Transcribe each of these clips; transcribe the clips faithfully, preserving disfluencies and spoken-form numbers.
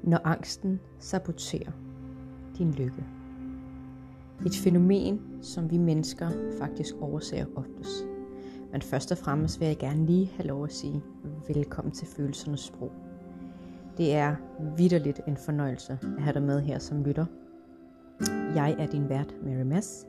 når angsten saboterer din lykke. Et fænomen, som vi mennesker faktisk overser oftest. Men først og fremmest vil jeg gerne lige have lov at sige velkommen til Følelsernes Sprog. Det er vitterligt en fornøjelse at have dig med her som lytter. Jeg er din vært, Mary Mads.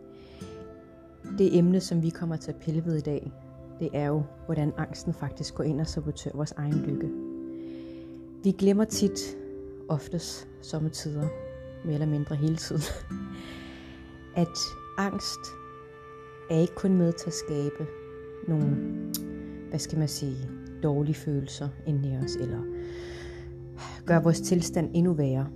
Det emne, som vi kommer til at pille ved i dag, det er jo, hvordan angsten faktisk går ind og saboterer vores egen lykke. Vi glemmer tit, oftest sommetider, mere eller mindre hele tiden, at angst er ikke kun med til at skabe nogle, hvad skal man sige, dårlige følelser inde i os, eller gøre vores tilstand endnu værre.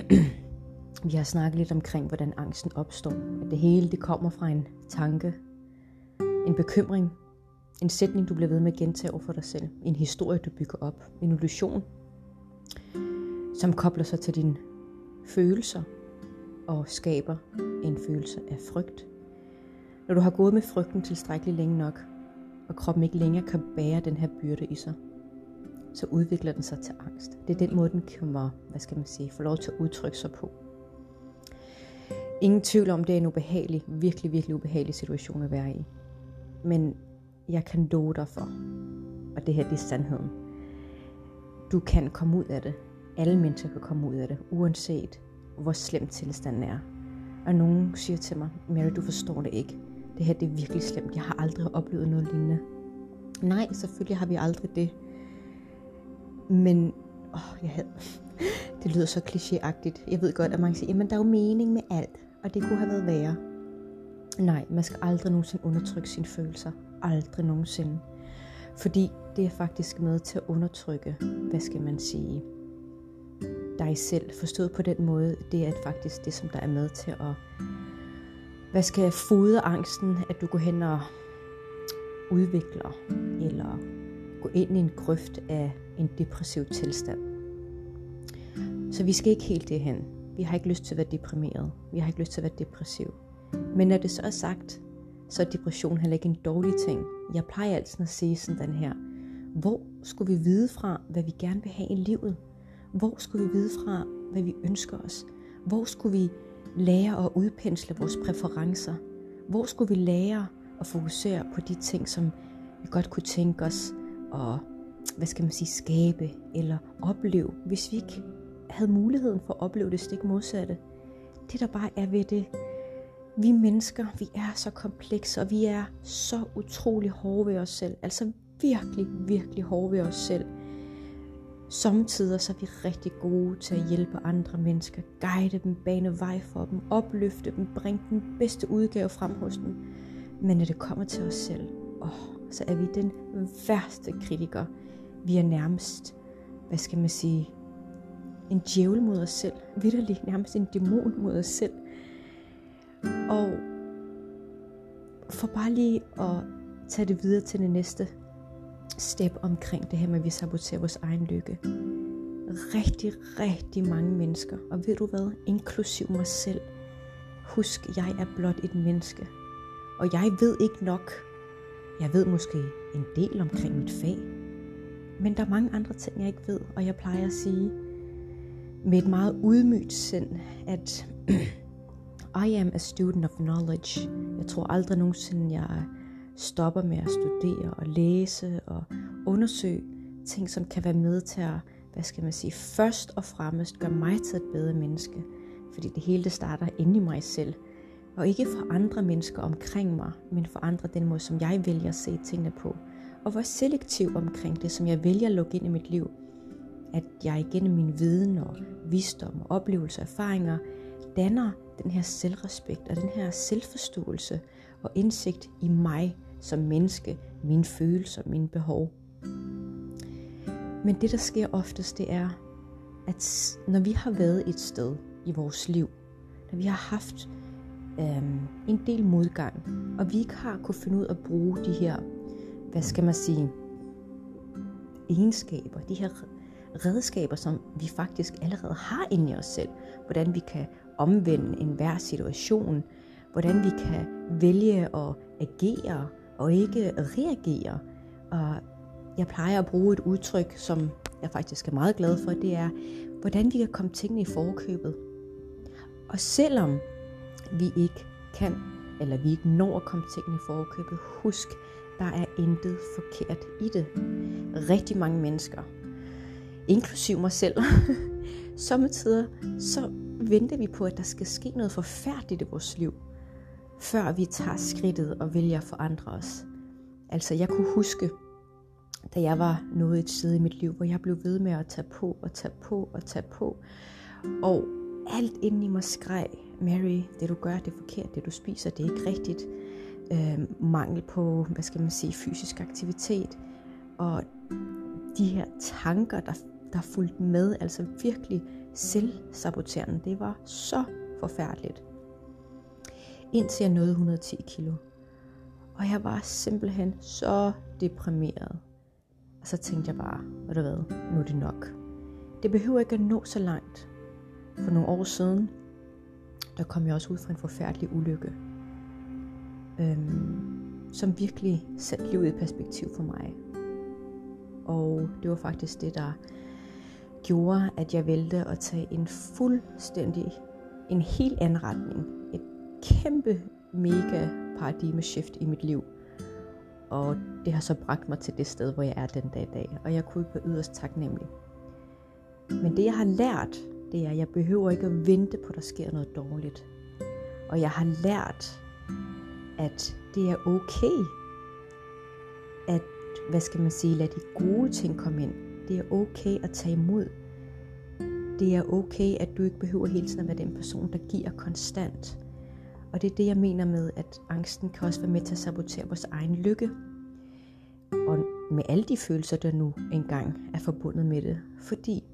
Vi har snakket lidt omkring, hvordan angsten opstår. At det hele det kommer fra en tanke, en bekymring, en sætning, du bliver ved med at gentage over for dig selv, en historie, du bygger op, en illusion, som kobler sig til dine følelser og skaber en følelse af frygt. Når du har gået med frygten tilstrækkeligt længe nok, og kroppen ikke længere kan bære den her byrde i sig, så udvikler den sig til angst. Det er den måde, den kommer, hvad skal man sige, få lov til at udtrykke sig på. Ingen tvivl om, det er en ubehagelig, virkelig, virkelig ubehagelig situation at være i. Men jeg kan love dig for, og det her det er sandheden. Du kan komme ud af det. Alle mennesker kan komme ud af det, uanset hvor slem tilstanden er. Og nogen siger til mig, Mary, du forstår det ikke. Det her det er virkelig slemt. Jeg har aldrig oplevet noget lignende. Nej, selvfølgelig har vi aldrig det. Men, åh, jeg havde... det lyder så klichéagtigt. Jeg ved godt, at man siger, jamen der er jo mening med alt, og det kunne have været værre. Nej, man skal aldrig nogensinde undertrykke sine følelser. Aldrig nogensinde. Fordi det er faktisk med til at undertrykke, hvad skal man sige, dig selv. Forstået på den måde, det er faktisk det, som der er med til at, hvad skal jeg, fodre angsten, at du går hen og udvikler, eller går ind i en grøft af en depressiv tilstand. Så vi skal ikke helt derhen. Vi har ikke lyst til at være deprimeret. Vi har ikke lyst til at være depressiv. Men når det så er sagt, så er depression heller ikke en dårlig ting. Jeg plejer altid at sige sådan her. Hvor skulle vi vide fra, hvad vi gerne vil have i livet? Hvor skulle vi vide fra, hvad vi ønsker os? Hvor skulle vi lære at udpensle vores præferencer? Hvor skulle vi lære at fokusere på de ting, som vi godt kunne tænke os og, hvad skal man sige, skabe eller opleve, hvis vi ikke havde muligheden for at opleve det stik modsatte? Det der bare er ved det, vi mennesker, vi er så komplekse, og vi er så utrolig hårde ved os selv. Altså virkelig, virkelig hårde ved os selv. Samtidig så er vi rigtig gode til at hjælpe andre mennesker, guide dem, bane vej for dem, opløfte dem, bringe den bedste udgave frem hos dem. Men når det kommer til os selv, åh, så er vi den værste kritiker. Vi er nærmest, hvad skal man sige, en djævel mod os selv. Vitterlig nærmest en dæmon mod os selv. Og for bare lige at tage det videre til det næste step omkring det her med, at vi saboterer vores egen lykke. Rigtig, rigtig mange mennesker, og ved du hvad, inklusiv mig selv, husk, jeg er blot et menneske. Og jeg ved ikke nok. Jeg ved måske en del omkring mit fag. Men der er mange andre ting, jeg ikke ved, og jeg plejer at sige med et meget ydmygt sind, at I am a student of knowledge. Jeg tror aldrig nogensinde, jeg stopper med at studere og læse og undersøge ting, som kan være med til at, hvad skal man sige, først og fremmest gøre mig til et bedre menneske. Fordi det hele det starter inde i mig selv. Og ikke for andre mennesker omkring mig, men for andre den måde, som jeg vælger at se tingene på. Og være selektiv omkring det, som jeg vælger at lukke ind i mit liv. At jeg igennem min viden og visdom og oplevelser og erfaringer danner den her selvrespekt og den her selvforståelse og indsigt i mig som menneske, mine følelser, mine behov. Men det der sker oftest, det er, at når vi har været et sted i vores liv, når vi har haft øhm, en del modgang, og vi ikke har kunne finde ud af at bruge de her, hvad skal man sige, egenskaber, de her redskaber, som vi faktisk allerede har inde i os selv, hvordan vi kan omvende enhver situation, hvordan vi kan vælge at agere og ikke reagere. Og jeg plejer at bruge et udtryk, som jeg faktisk er meget glad for, det er, hvordan vi kan komme tingene i forkøbet. Og selvom vi ikke kan, eller vi ikke når at komme tingene i forkøbet, husk, der er intet forkert i det. Rigtig mange mennesker, inklusiv mig selv, sommetider så venter vi på, at der skal ske noget forfærdeligt i vores liv, før vi tager skridtet og vælger at forandre os. Altså jeg kunne huske, da jeg var nået et sted i mit liv, hvor jeg blev ved med at tage på og tage på og tage på. Og alt inden i mig skreg, Mary, det du gør, det er forkert, det du spiser, det er ikke rigtigt. Øh, mangel på, hvad skal man sige, fysisk aktivitet. Og de her tanker, der, der fulgte med, altså virkelig selvsaboterende, det var så forfærdeligt. Indtil jeg nåede et hundrede og ti kilo. Og jeg var simpelthen så deprimeret. Og så tænkte jeg bare, ved du hvad, nu er det nok. Det behøver ikke at nå så langt. For nogle år siden, der kom jeg også ud fra en forfærdelig ulykke. Øhm, som virkelig satte livet i perspektiv for mig. Og det var faktisk det, der gjorde, at jeg valgte at tage en fuldstændig, en helt anden retning. Et kæmpe, mega paradigmeshift i mit liv. Og det har så bragt mig til det sted, hvor jeg er den dag i dag. Og jeg kunne ikke være yderst taknemmelig. Men det jeg har lært, det er, at jeg behøver ikke at vente på, at der sker noget dårligt. Og jeg har lært, at det er okay, at, hvad skal man sige, lade de gode ting komme ind. Det er okay at tage imod. Det er okay, at du ikke behøver hele tiden at være den person, der giver konstant. Og det er det, jeg mener med, at angsten kan også være med til at sabotere vores egen lykke. Og med alle de følelser, der nu engang er forbundet med det. Fordi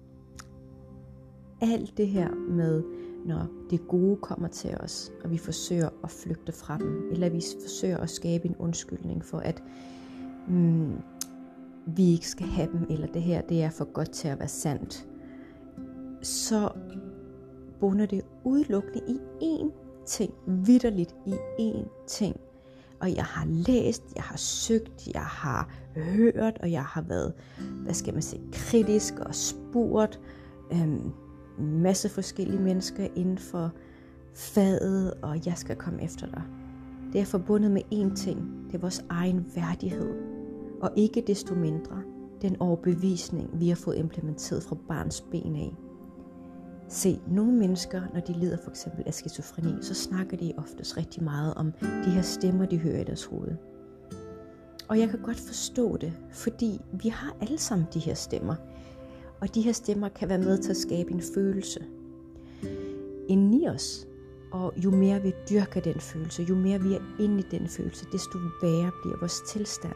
alt det her med, når det gode kommer til os, og vi forsøger at flygte fra dem, eller vi forsøger at skabe en undskyldning for, at mm, vi ikke skal have dem, eller det her, det er for godt til at være sandt, så bunder det udelukkende i én ting, vitterligt i én ting. Og jeg har læst, jeg har søgt, jeg har hørt, og jeg har været, hvad skal man sige, kritisk og spurgt øhm, en masse forskellige mennesker inden for faget, og jeg skal komme efter dig. Det er forbundet med én ting, det er vores egen værdighed. Og ikke desto mindre, den overbevisning, vi har fået implementeret fra barns ben af. Se, nogle mennesker, når de lider for eksempel af skizofreni, så snakker de oftest rigtig meget om de her stemmer, de hører i deres hoved. Og jeg kan godt forstå det, fordi vi har alle sammen de her stemmer. Og de her stemmer kan være med til at skabe en følelse inden i os. Og jo mere vi dyrker den følelse, jo mere vi er inde i den følelse, desto værre bliver vores tilstand.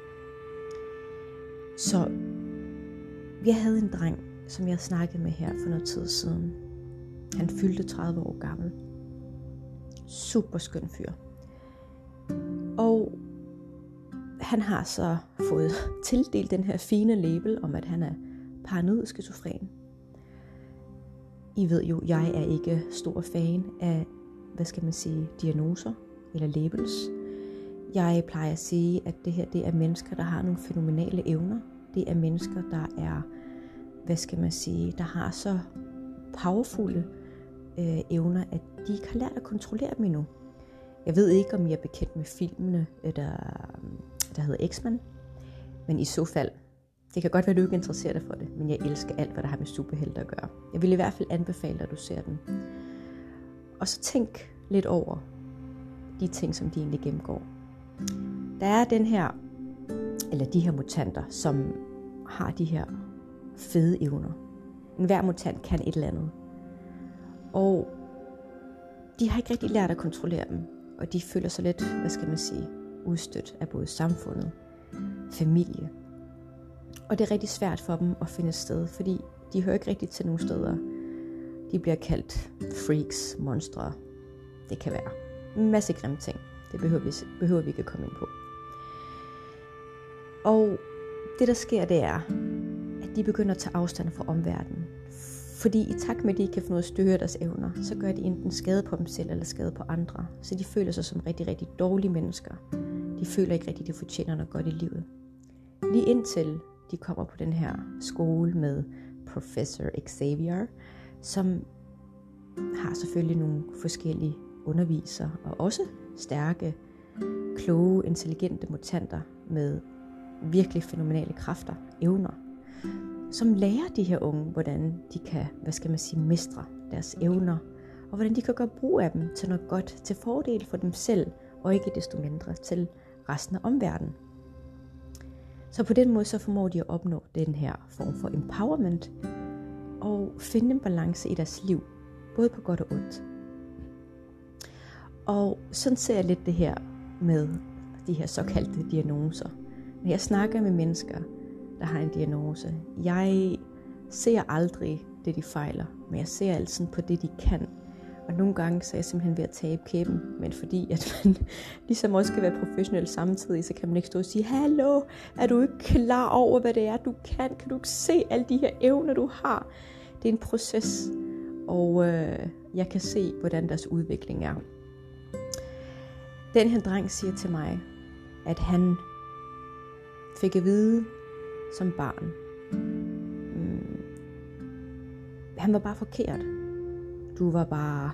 Så jeg havde en dreng, som jeg snakkede med her for noget tid siden. Han fyldte tredive år gammel. Super skøn fyr. Og han har så fået tildelt den her fine label om, at han er paranoid skizofren. I ved jo, jeg er ikke stor fan af, hvad skal man sige, diagnoser eller labels. Jeg plejer at sige, at det her, det er mennesker, der har nogle fænomenale evner. Det er mennesker, der er, hvad skal man sige, der har så powerfulde øh, evner, at de ikke har lært at kontrollere dem endnu. Jeg ved ikke, om I er bekendt med filmene, der, der hedder X-Men, men i så fald, det kan godt være, at du ikke interesserer dig for det, men jeg elsker alt, hvad der har med superhelte at gøre. Jeg vil i hvert fald anbefale dig, at du ser den. Og så tænk lidt over de ting, som de egentlig gennemgår. Der er den her, eller de her mutanter, som har de her fede evner. Enhver mutant kan et eller andet. Og de har ikke rigtig lært at kontrollere dem. Og de føler sig lidt, hvad skal man sige, udstødt af både samfundet, familie. Og det er rigtig svært for dem at finde et sted, fordi de hører ikke rigtig til nogle steder. De bliver kaldt freaks, monstre. Det kan være en masse grimme ting. Det behøver vi, behøver vi ikke at komme ind på. Og det der sker, det er, at de begynder at tage afstand fra omverdenen. Fordi i takt med, at de ikke kan få noget at styre deres evner, så gør de enten skade på dem selv eller skade på andre. Så de føler sig som rigtig, rigtig dårlige mennesker. De føler ikke rigtig, at de fortjener noget godt i livet. Lige indtil de kommer på den her skole med Professor Xavier, som har selvfølgelig nogle forskellige undervisere, og også stærke, kloge, intelligente mutanter med virkelig fænomenale kræfter, evner, som lærer de her unge, hvordan de kan, hvad skal man sige, mestre deres evner, og hvordan de kan gøre brug af dem til noget godt, til fordel for dem selv, og ikke desto mindre til resten af omverdenen. Så på den måde så formår de at opnå den her form for empowerment, og finde en balance i deres liv, både på godt og ondt. Og sådan ser jeg lidt det her med de her såkaldte diagnoser. Når jeg snakker med mennesker, der har en diagnose, jeg ser aldrig det, de fejler, men jeg ser altid på det, de kan. Og nogle gange så er jeg simpelthen ved at tabe kæben, men fordi at man ligesom også skal være professionel samtidig, så kan man ikke stå og sige, hallo, er du ikke klar over, hvad det er, du kan? Kan du ikke se alle de her evner, du har? Det er en proces, og øh, jeg kan se, hvordan deres udvikling er. Den her dreng siger til mig, at han fik at vide som barn, mm, han var bare forkert. Du var bare,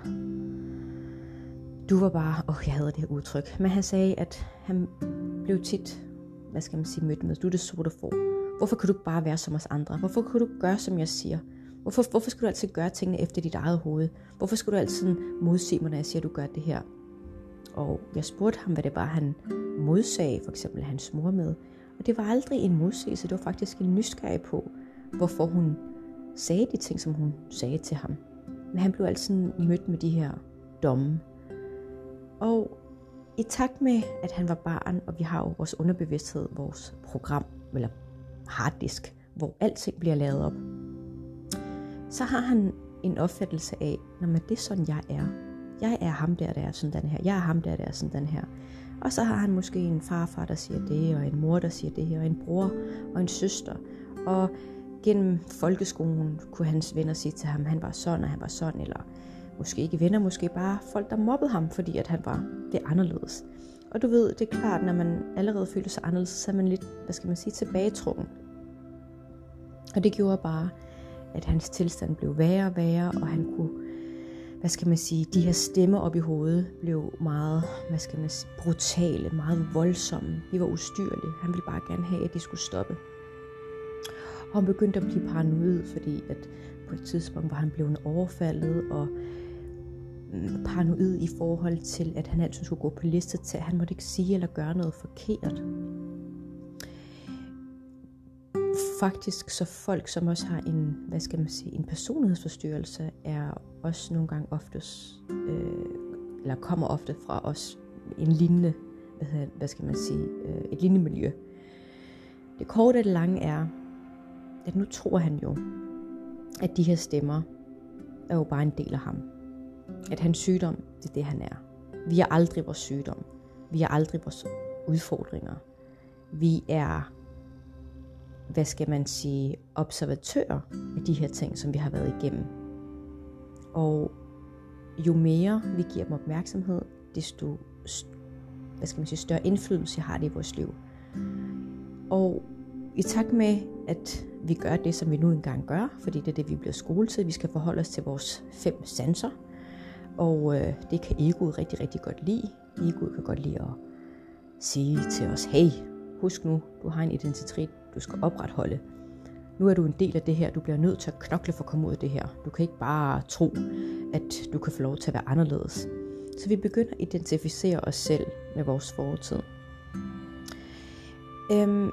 du var bare, åh, oh, jeg hader det her udtryk, men han sagde, at han blev tit, hvad skal man sige, mødt med, du er det sorte får. Hvorfor kan du ikke bare være som os andre? Hvorfor kan du ikke gøre, som jeg siger? Hvorfor, hvorfor skal du altid gøre tingene efter dit eget hoved? Hvorfor skal du altid modsige mig, når jeg siger, at du gør det her? Og jeg spurgte ham, hvad det var, han modsagde, for eksempel hans mor med. Og det var aldrig en modsigelse, det var faktisk en nysgerrig på, hvorfor hun sagde de ting, som hun sagde til ham. Men han blev altid mødt med de her domme. Og i takt med, at han var barn, og vi har jo vores underbevidsthed, vores program, eller harddisk, hvor alting bliver lavet op, så har han en opfattelse af, når det er sådan, jeg er. Jeg er ham der, der er sådan her. Jeg er ham der, der er sådan her. Og så har han måske en farfar, der siger det, og en mor, der siger det her, og en bror, og en søster. Og gennem folkeskolen kunne hans venner sige til ham, at han var sådan, og han var sådan, eller måske ikke venner, måske bare folk, der mobbede ham, fordi at han var det anderledes. Og du ved, det er klart, når man allerede følte sig anderledes, så er man lidt, hvad skal man sige, tilbagetrukken. Og det gjorde bare, at hans tilstand blev værre og værre, og han kunne, hvad skal man sige, de her stemmer op i hovedet blev meget, hvad skal man sige, brutale, meget voldsomme. De var ustyrlige. Han ville bare gerne have, at de skulle stoppe. Og han begyndte at blive paranoid, fordi at på et tidspunkt var han blevet overfaldet, og paranoid i forhold til, at han altid skulle gå på liste til, at han måtte ikke sige eller gøre noget forkert. Faktisk så folk, som også har en, hvad skal man sige, en personlighedsforstyrrelse, er også nogle gange oftest, øh, eller kommer ofte fra os en lignende, hvad, hedder, hvad skal man sige, øh, et lignende miljø. Det korte og det lange er, at nu tror han jo, at de her stemmer er jo bare en del af ham. At hans sygdom, det er det han er. Vi er aldrig vores sygdom. Vi er aldrig vores udfordringer. Vi er, hvad skal man sige, observatører af de her ting, som vi har været igennem. Og jo mere vi giver dem opmærksomhed, desto, hvad skal man sige, større indflydelse har det i vores liv. Og i takt med, at vi gør det, som vi nu engang gør, fordi det er det, vi bliver skolet til, vi skal forholde os til vores fem sanser, og øh, det kan egoet rigtig, rigtig godt lide. Egoet kan godt lide at sige til os, hey, husk nu, du har en identitet, du skal opretholde. Nu er du en del af det her, du bliver nødt til at knokle for at komme ud af det her. Du kan ikke bare tro, at du kan få lov til at være anderledes. Så vi begynder at identificere os selv med vores fortid. Øhm,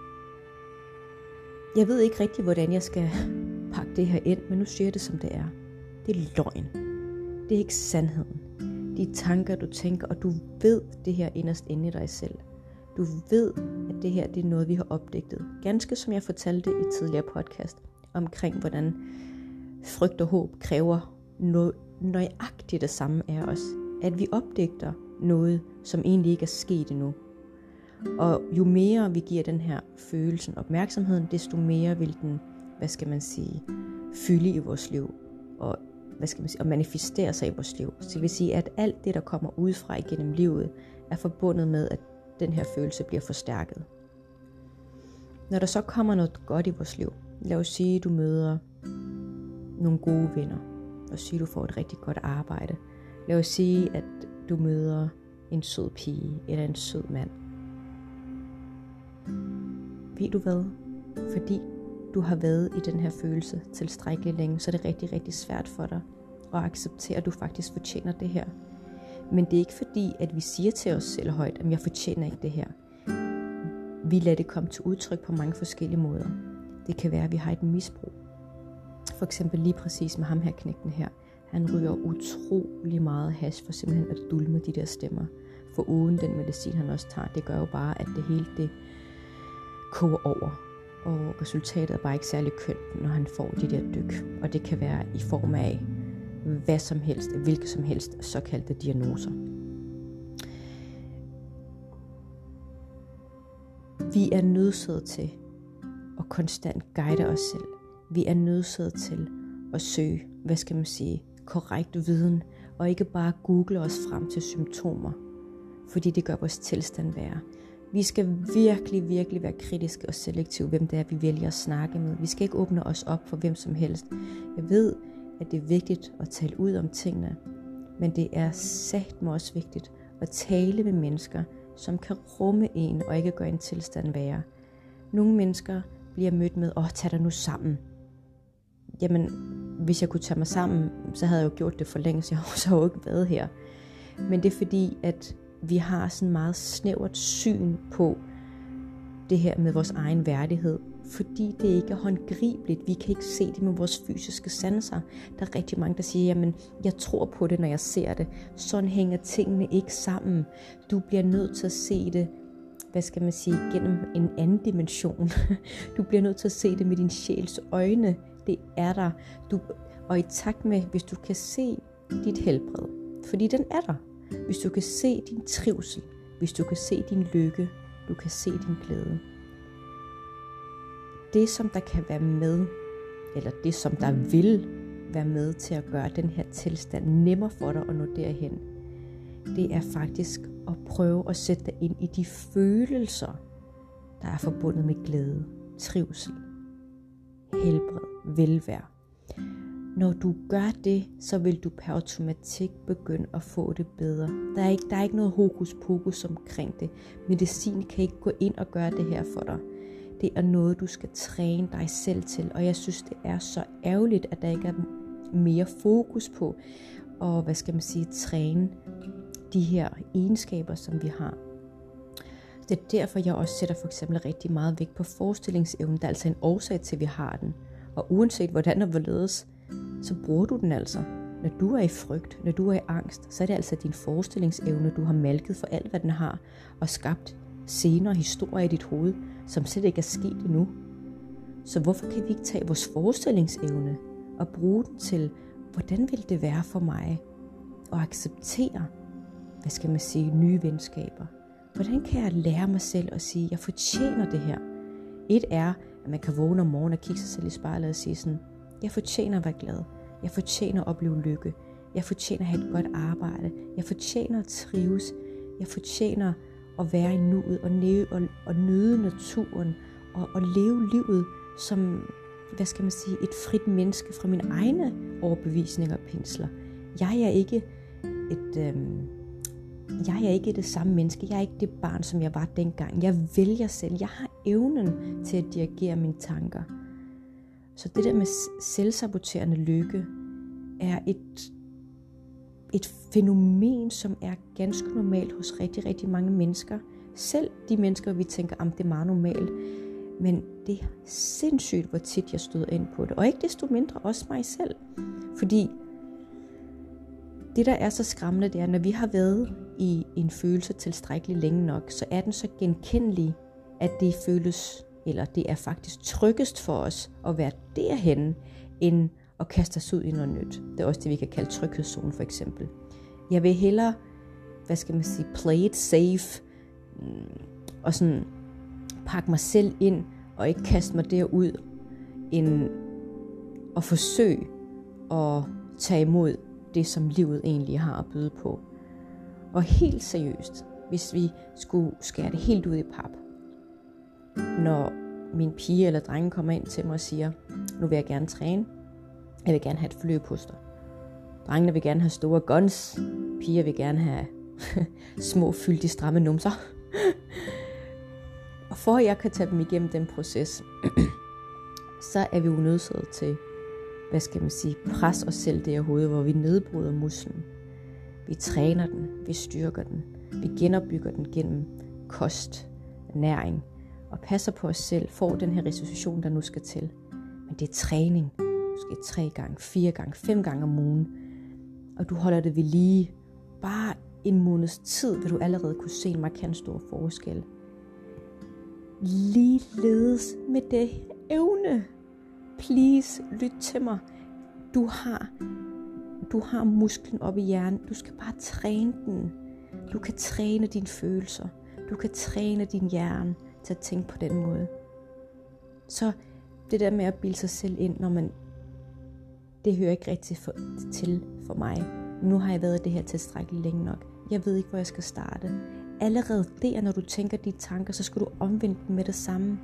jeg ved ikke rigtig, hvordan jeg skal pakke det her ind, men nu siger jeg det, som det er. Det er løgn. Det er ikke sandheden. De tanker, du tænker, og du ved det her inderst inde i dig selv. Du ved, at det her det er noget, vi har opdigtet. Ganske som jeg fortalte i tidligere podcast, omkring hvordan frygt og håb kræver noget nøjagtigt det samme af os. At vi opdigter noget, som egentlig ikke er sket endnu. Og jo mere vi giver den her følelsen opmærksomheden, desto mere vil den, hvad skal man sige, fylde i vores liv. Og hvad skal man sige, og manifestere sig i vores liv. Så det vil sige, at alt det, der kommer udefra igennem livet, er forbundet med, at den her følelse bliver forstærket. Når der så kommer noget godt i vores liv, lad os sige, at du møder nogle gode venner. Lad os sige, at du får et rigtig godt arbejde. Lad os sige, at du møder en sød pige eller en sød mand. Ved du hvad? Fordi du har været i den her følelse tilstrækkeligt længe, så er det rigtig, rigtig svært for dig at acceptere, at du faktisk fortjener det her. Men det er ikke fordi, at vi siger til os selv højt, at jeg fortjener ikke det her. Vi lader det komme til udtryk på mange forskellige måder. Det kan være, at vi har et misbrug. For eksempel lige præcis med ham her knægten her. Han ryger utrolig meget hash for simpelthen at dulme de der stemmer. For uden den medicin, han også tager, det gør jo bare, at det hele det koger over. Og resultatet er bare ikke særlig kønt, når han får de der dyk. Og det kan være i form af hvad som helst, hvilke som helst såkaldte diagnoser. Vi er nødsaget til at konstant guide os selv. Vi er nødsaget til at søge, hvad skal man sige, korrekt viden, og ikke bare google os frem til symptomer, fordi det gør vores tilstand værre. Vi skal virkelig, virkelig være kritiske og selektive, hvem det er, vi vælger at snakke med. Vi skal ikke åbne os op for hvem som helst. Jeg ved, at det er vigtigt at tale ud om tingene, men det er satme også vigtigt at tale med mennesker, som kan rumme en og ikke gøre en tilstand værre. Nogle mennesker bliver mødt med, åh, tag dig nu sammen. Jamen, hvis jeg kunne tage mig sammen, så havde jeg jo gjort det for længe, så jeg har jo ikke været her. Men det er fordi, at vi har sådan meget snævert syn på det her med vores egen værdighed, fordi det ikke er håndgribeligt. Vi kan ikke se det med vores fysiske sanser. Der er rigtig mange, der siger, jamen, jeg tror på det, når jeg ser det. Sådan hænger tingene ikke sammen. Du bliver nødt til at se det, hvad skal man sige, gennem en anden dimension. Du bliver nødt til at se det med din sjæls øjne. Det er der. Du, og i takt med, hvis du kan se dit helbred, fordi den er der. Hvis du kan se din trivsel, hvis du kan se din lykke, du kan se din glæde. Det, som der kan være med, eller det, som der vil være med til at gøre den her tilstand nemmere for dig at nå derhen, det er faktisk at prøve at sætte dig ind i de følelser, der er forbundet med glæde, trivsel, helbred, velvære. Når du gør det, så vil du per automatik begynde at få det bedre. Der er ikke, der er ikke noget hokus pokus omkring det. Medicin kan ikke gå ind og gøre det her for dig. Det er noget, du skal træne dig selv til. Og jeg synes, det er så ærgerligt, at der ikke er mere fokus på at, hvad skal man sige, træne de her egenskaber, som vi har. Det er derfor, jeg også sætter for eksempel rigtig meget vægt på forestillingsevnen. Der er altså en årsag til, at vi har den. Og uanset hvordan og hvorledes, så bruger du den altså. Når du er i frygt, når du er i angst, så er det altså din forestillingsevne, du har malket for alt, hvad den har, og skabt scener og historier i dit hoved, som slet ikke er sket endnu. Så hvorfor kan vi ikke tage vores forestillingsevne og bruge den til, hvordan vil det være for mig at acceptere, hvad skal man sige, nye venskaber? Hvordan kan jeg lære mig selv at sige, jeg fortjener det her? Et er, at man kan vågne om morgenen og kigge sig selv i spejlet og sige sådan, jeg fortjener at være glad. Jeg fortjener at opleve lykke. Jeg fortjener at have et godt arbejde. Jeg fortjener at trives. Jeg fortjener at være i nuet og, leve, og, og nyde naturen og, og leve livet som, hvad skal man sige, et frit menneske fra mine egne overbevisninger og pensler. Jeg er ikke et, øhm, jeg er ikke det samme menneske. Jeg er ikke det barn, som jeg var dengang. Jeg vælger selv. Jeg har evnen til at dirigere mine tanker. Så det der med selvsaboterende lykke er et, et fænomen, som er ganske normalt hos rigtig, rigtig mange mennesker. Selv de mennesker, vi tænker, at det er meget normalt. Men det er sindssygt, hvor tit jeg støder ind på det. Og ikke desto mindre også mig selv. Fordi det, der er så skræmmende, det er, når vi har været i en følelse tilstrækkeligt længe nok, så er den så genkendelig, at det føles, eller det er faktisk tryggest for os at være derhen, end at kaste os ud i noget nyt. Det er også det, vi kan kalde tryghedszone for eksempel. Jeg vil hellere, hvad skal man sige, play it safe, og sådan pakke mig selv ind, og ikke kaste mig derud, end at forsøge at tage imod det, som livet egentlig har at byde på. Og helt seriøst, hvis vi skulle skære det helt ud i pap, når min pige eller drenge kommer ind til mig og siger, nu vil jeg gerne træne, Jeg vil gerne have et flyveposter. Drengene vil gerne have store guns. Piger vil gerne have små fyldige stramme numser. Og for at jeg kan tage dem igennem den proces, så er vi jo nødsaget til, hvad skal man sige, pres os selv der i hovedet, hvor vi nedbryder musklen. Vi træner den, vi styrker den, vi genopbygger den gennem kost, næring, og passer på os selv, får den her restitution, der nu skal til. Men det er træning. Måske tre gange, fire gange, fem gange om ugen. Og du holder det ved lige. Bare en måneds tid vil du allerede kunne se en markant stor forskel. Ligeledes med det evne. Please, lyt til mig. Du har, du har musklen op i hjernen. Du skal bare træne den. Du kan træne dine følelser. Du kan træne din hjerne til at tænke på den måde. Så det der med at bilde sig selv ind, når man, det hører ikke rigtig for, til for mig. Nu har jeg været i det her tilstrækkeligt længe nok. Jeg ved ikke, hvor jeg skal starte. Allerede der, når du tænker de tanker, så skal du omvende dem med det samme.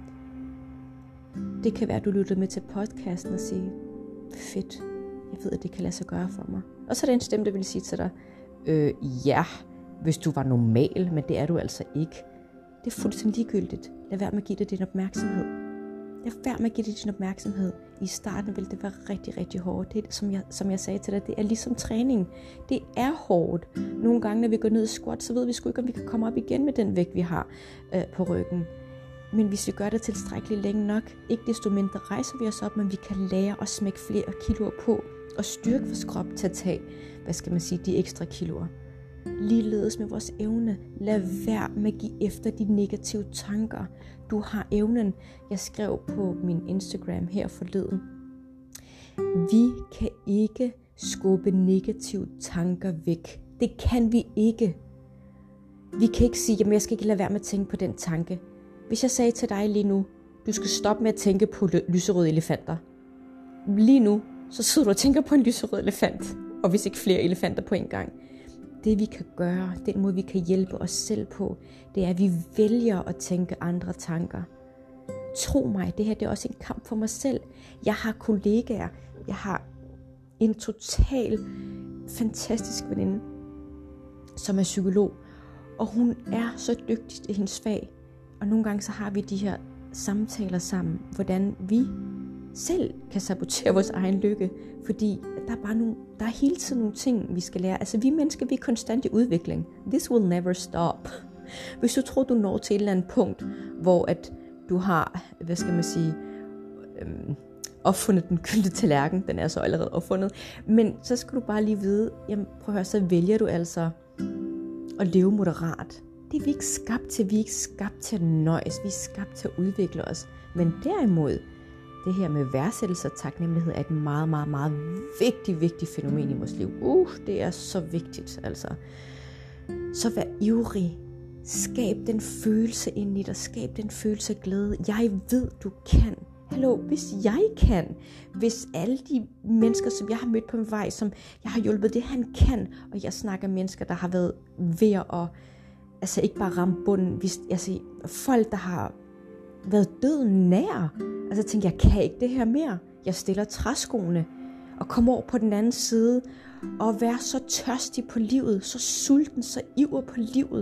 Det kan være, at du lytter med til podcasten og siger, fedt, jeg ved, at det kan lade sig gøre for mig. Og så er der en stemme, der vil sige til dig, øh, ja, hvis du var normal, men det er du altså ikke. Det er fuldstændig ligegyldigt. Lad være med at give det din opmærksomhed. Lad være med at give det din opmærksomhed. I starten vil det være rigtig, rigtig hårdt. Det, som jeg, som jeg sagde til dig, det er ligesom træning. Det er hårdt. Nogle gange, når vi går ned i squat, så ved vi sgu ikke, om vi kan komme op igen med den vægt, vi har øh, på ryggen. Men hvis vi gør det tilstrækkeligt længe nok, ikke desto mindre rejser vi os op, men vi kan lære at smække flere kiloer på, og styrke vores krop til at tage, hvad skal man sige, de ekstra kiloer. Ligeledes med vores evne. Lad være med at give efter de negative tanker. Du har evnen. Jeg skrev på min Instagram her forleden. Vi kan ikke skubbe negative tanker væk. Det kan vi ikke. Vi kan ikke sige, at jeg skal ikke lade være med at tænke på den tanke. Hvis jeg sagde til dig lige nu, du skal stoppe med at tænke på lyserøde elefanter. Lige nu, så sidder du og tænker på en lyserød elefant. Og hvis ikke flere elefanter på en gang. Det vi kan gøre, den måde vi kan hjælpe os selv på, det er, at vi vælger at tænke andre tanker. Tro mig, det her det er også en kamp for mig selv. Jeg har kollegaer, jeg har en total fantastisk veninde, som er psykolog. Og hun er så dygtig i hendes fag. Og nogle gange så har vi de her samtaler sammen, hvordan vi selv kan sabotere vores egen lykke, fordi der er bare nogle, der er hele tiden nogle ting, vi skal lære. Altså vi mennesker, vi er konstant i udvikling. This will never stop. Hvis du tror, du når til et eller andet punkt, hvor at du har, hvad skal man sige, øhm, opfundet den gyldne tallerken, den er så allerede opfundet, men så skal du bare lige vide, jamen prøv at høre, så vælger du altså at leve moderat. Det er vi ikke skabt til. Vi er ikke skabt til at nøjes. Vi er skabt til at udvikle os. Men derimod, det her med værdsættelse og taknemmelighed er et meget, meget, meget vigtigt, vigtigt fænomen i vores liv. Uh, det er så vigtigt, altså. Så vær ivrig. Skab den følelse ind i dig. Skab den følelse af glæde. Jeg ved, du kan. Hallo, hvis jeg kan, hvis alle de mennesker, som jeg har mødt på min vej, som jeg har hjulpet, det han kan, og jeg snakker mennesker, der har været ved at, altså ikke bare ramme bunden, hvis, altså folk, der har været døden nær, altså tænker jeg, kan ikke det her mere? Jeg stiller træskoene og kommer over på den anden side og være så tørstig på livet, så sulten, så iver på livet,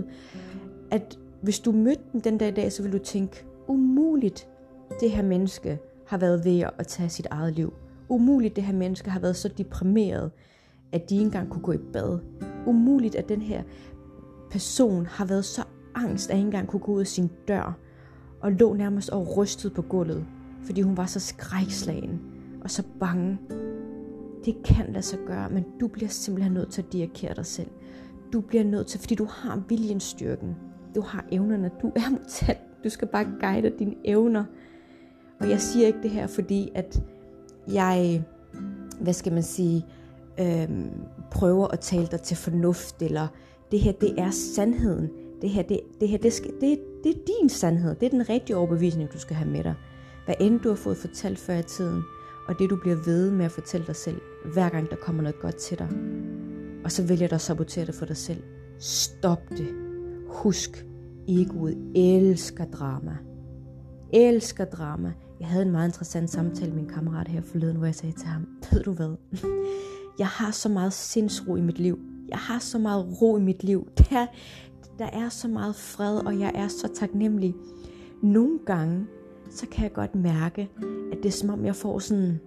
at hvis du mødte dem den der dag, så vil du tænke, umuligt, det her menneske har været ved at tage sit eget liv. Umuligt, det her menneske har været så deprimeret, at de ikke engang kunne gå i bad. Umuligt, at den her person har været så angst, at ikke engang kunne gå ud af sin dør, og lå nærmest og rystede på gulvet, fordi hun var så skrækslagen og så bange. Det kan lade sig gøre, men du bliver simpelthen nødt til at dirigere dig selv. Du bliver nødt til, fordi du har viljenstyrken. Du har evnerne. Du er mutant. Du skal bare guide dine evner. Og jeg siger ikke det her, fordi at jeg, hvad skal man sige, øhm, prøver at tale dig til fornuft, eller det her, det er sandheden. Det her, det, det her, det, skal, det, det er din sandhed. Det er den rigtige overbevisning, du skal have med dig. Hvad end du har fået fortalt før i tiden, og det du bliver ved med at fortælle dig selv, hver gang der kommer noget godt til dig. Og så vælger du at sabotere det for dig selv. Stop det. Husk, egoet elsker drama. Elsker drama. Jeg havde en meget interessant samtale med min kammerat her forleden, hvor jeg sagde til ham, ved du hvad, jeg har så meget sindsro i mit liv. Jeg har så meget ro i mit liv. Der, der er så meget fred, og jeg er så taknemmelig. Nogle gange, så kan jeg godt mærke, at det er som om, jeg får sådan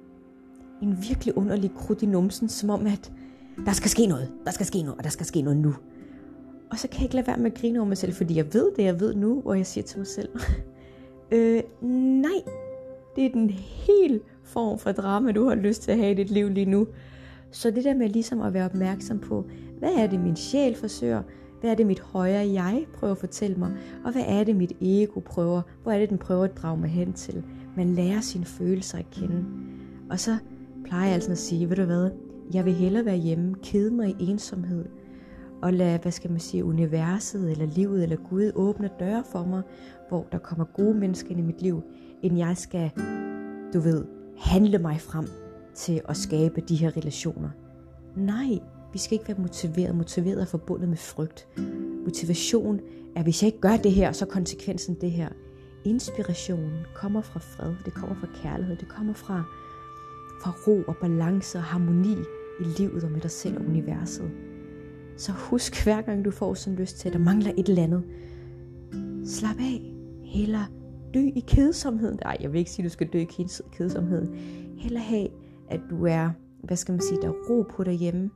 en virkelig underlig krudt i numsen, som om, at der skal ske noget, der skal ske noget, og der skal ske noget nu. Og så kan jeg ikke lade være med at grine over mig selv, fordi jeg ved det, jeg ved nu, og jeg siger til mig selv, øh, nej, det er den helt form for drama, du har lyst til at have i dit liv lige nu. Så det der med ligesom at være opmærksom på, hvad er det min sjæl forsøger, hvad er det mit højere jeg prøver at fortælle mig, og hvad er det mit ego prøver, hvor er det den prøver at drage mig hen til. Man lærer sine følelser at kende. Og så plejer jeg altså at sige, ved du hvad, jeg vil hellere være hjemme, kede mig i ensomhed, og lade, hvad skal man sige, universet, eller livet, eller Gud åbne døre for mig, hvor der kommer gode mennesker ind i mit liv, end jeg skal, du ved, handle mig frem til at skabe de her relationer. Nej, vi skal ikke være motiveret. Motiveret er forbundet med frygt. Motivation er, hvis jeg ikke gør det her, så er konsekvensen det her. Inspirationen kommer fra fred, det kommer fra kærlighed, det kommer fra, fra ro og balance og harmoni i livet og med dig selv og universet. Så husk hver gang du får sådan lyst til, at der mangler et eller andet, slap af, heller dø i kedsomheden. Nej, jeg vil ikke sige, at du skal dø i kedsomheden. Heller have, at du er, hvad skal man sige, der er ro på derhjemme,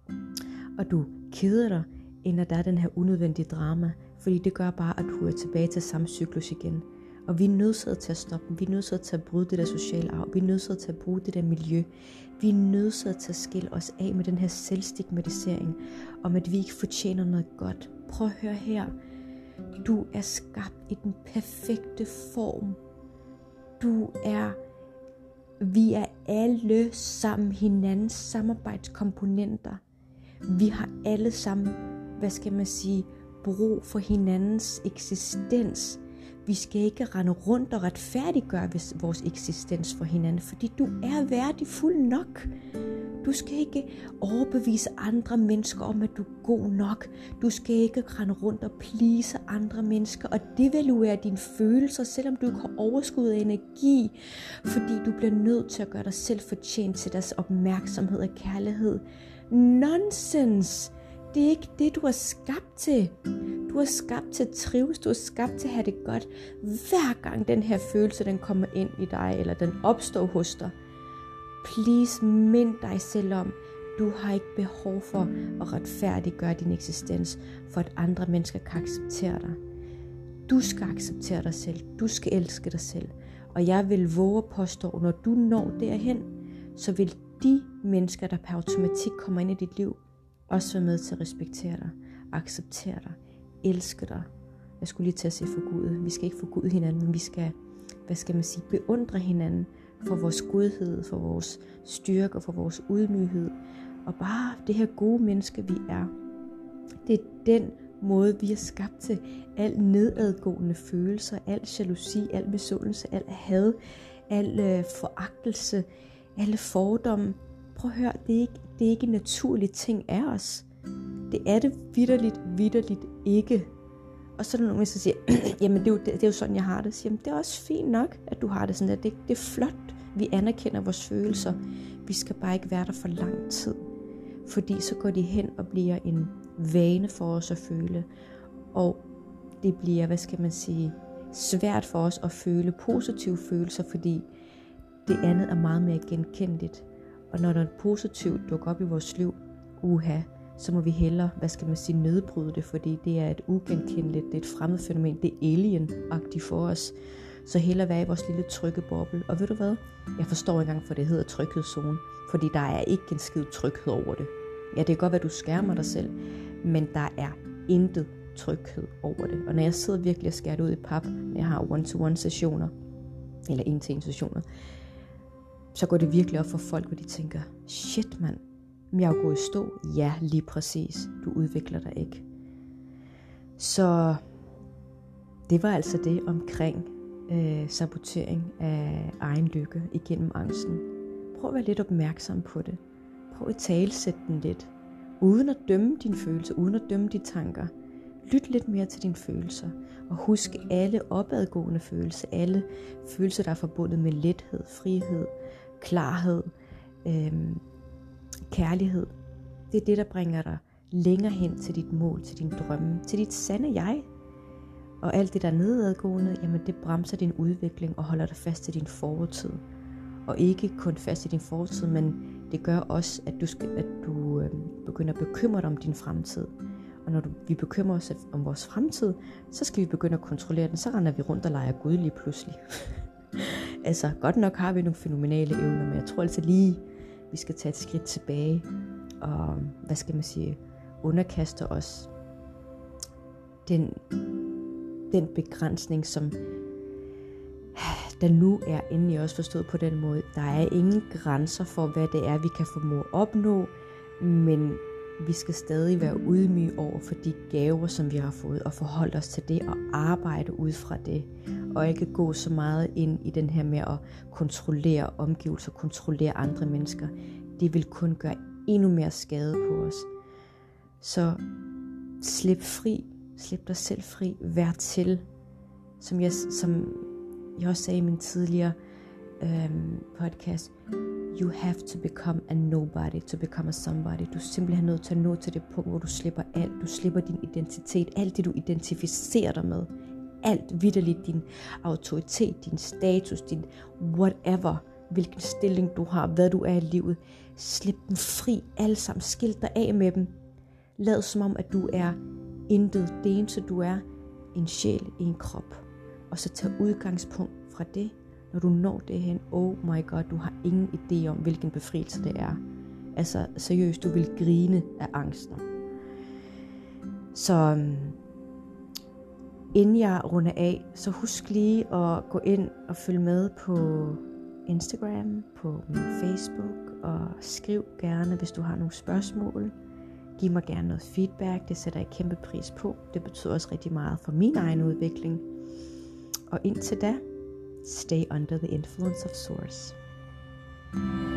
og du keder dig, end at der er den her unødvendige drama, fordi det gør bare, at du er tilbage til samme cyklus igen. Og vi er nødsaget til at stoppe dem. Vi er nødsaget til at bryde det der sociale arv. Vi er nødsaget til at bruge det der miljø. Vi er nødsaget til at skille os af med den her selvstigmatisering, om at vi ikke fortjener noget godt. Prøv at høre her. Du er skabt i den perfekte form. Du er, vi er alle sammen hinandens samarbejdskomponenter. Vi har alle sammen, hvad skal man sige, brug for hinandens eksistens. Vi skal ikke rende rundt og retfærdiggøre vores eksistens for hinanden, fordi du er værdifuld nok. Du skal ikke overbevise andre mennesker om, at du er god nok. Du skal ikke rende rundt og please andre mennesker og devaluere dine følelser, selvom du ikke har overskud af energi, fordi du bliver nødt til at gøre dig selv fortjent til deres opmærksomhed og kærlighed. Nonsens! Det er ikke det, du er skabt til. Du er skabt til at trives, du er skabt til at have det godt. Hver gang den her følelse, den kommer ind i dig, eller den opstår hos dig, please mind dig selv om, du har ikke behov for at retfærdiggøre din eksistens, for at andre mennesker kan acceptere dig. Du skal acceptere dig selv, du skal elske dig selv. Og jeg vil våge at påstå, når du når derhen, så vil de mennesker, der per automatik kommer ind i dit liv, også være med til at respektere dig, acceptere dig, elske dig. Jeg skulle lige til at sige for Gud. Vi skal ikke forgude hinanden, men vi skal, hvad skal man sige, beundre hinanden for vores godhed, for vores styrke og for vores ydmyghed. Og bare det her gode menneske, vi er. Det er den måde, vi er skabt til. Al nedadgående følelser, al jalousi, al misundelse, al had, al øh, foragtelse, alle fordomme. Prøv at høre, det er ikke, det er ikke en naturlig ting af os. Det er det vitterligt, vitterligt ikke. Og så er der nogen, der siger, jamen det er, jo, det, det er jo sådan, jeg har det. Så siger, det er også fint nok, at du har det sådan der. Det, det er flot. Vi anerkender vores følelser. Vi skal bare ikke være der for lang tid. Fordi så går de hen og bliver en vane for os at føle. Og det bliver, hvad skal man sige, svært for os at føle positive følelser, fordi det andet er meget mere genkendeligt. Og når der er positivt dukker op i vores liv, uha, så må vi hellere, hvad skal man sige, nedbryde det, fordi det er et ugenkendeligt, det er et fremmed fænomen, det er alien-agtigt for os. Så hellere være i vores lille trygge boble. Og ved du hvad? Jeg forstår ikke engang, for det hedder tryghedszone, fordi der er ikke en skid tryghed over det. Ja, det kan godt være, at du skærmer dig selv, men der er intet tryghed over det. Og når jeg sidder virkelig og skærer det ud i pap, når jeg har one-to-one sessioner, eller en-til-en sessioner, så går det virkelig op for folk, hvor de tænker, shit mand, jeg er jo gået i stå. Ja, lige præcis. Du udvikler dig ikke. Så det var altså det omkring øh, sabotering af egen lykke igennem angsten. Prøv at være lidt opmærksom på det. Prøv at talsætte den lidt. Uden at dømme dine følelser, uden at dømme dine tanker. Lyt lidt mere til dine følelser, og husk alle opadgående følelser, alle følelser, der er forbundet med lethed, frihed, klarhed, øhm, kærlighed. Det er det, der bringer dig længere hen til dit mål, til din drømme, til dit sande jeg. Og alt det, der er nedadgående, jamen det bremser din udvikling og holder dig fast i din fortid. Og ikke kun fast i din fortid, men det gør også, at du, skal, at du øh, begynder at bekymre dig om din fremtid. Og når du, vi bekymrer os om vores fremtid, så skal vi begynde at kontrollere den. Så render vi rundt og leger Gud lige pludselig. Altså, godt nok har vi nogle fænomenale evner, men jeg tror altså lige, vi skal tage et skridt tilbage. Og, hvad skal man sige, underkaste os den, den begrænsning, som der nu er inde i os, forstået på den måde. Der er ingen grænser for, hvad det er, vi kan formå at opnå, men vi skal stadig være ydmyge over for de gaver, som vi har fået, og forholde os til det og arbejde ud fra det, og ikke gå så meget ind i den her med at kontrollere omgivelser, kontrollere andre mennesker. Det vil kun gøre endnu mere skade på os. Så slip fri, slip dig selv fri, vær til, som jeg, som jeg også sagde i min tidligere øhm, podcast, you have to become a nobody to become a somebody. Du er simpelthen nødt til at nå til det punkt, hvor du slipper alt. Du slipper din identitet, alt det du identificerer dig med. Alt vitterligt, din autoritet, din status, din whatever, hvilken stilling du har, hvad du er i livet. Slip dem fri, alle sammen. Skil dig af med dem. Lad som om, at du er intet. Det eneste du er, en sjæl i en krop. Og så tag udgangspunkt fra det. Når du når det hen, oh my god, du har ingen idé om, hvilken befrielse det er. Altså seriøst, du vil grine af angsten. Så um, inden jeg runder af, så husk lige at gå ind og følge med på Instagram, på min Facebook, og skriv gerne, hvis du har nogle spørgsmål. Giv mig gerne noget feedback, det sætter jeg kæmpe pris på. Det betyder også rigtig meget for min egen udvikling. Og indtil da, stay under the influence of Source.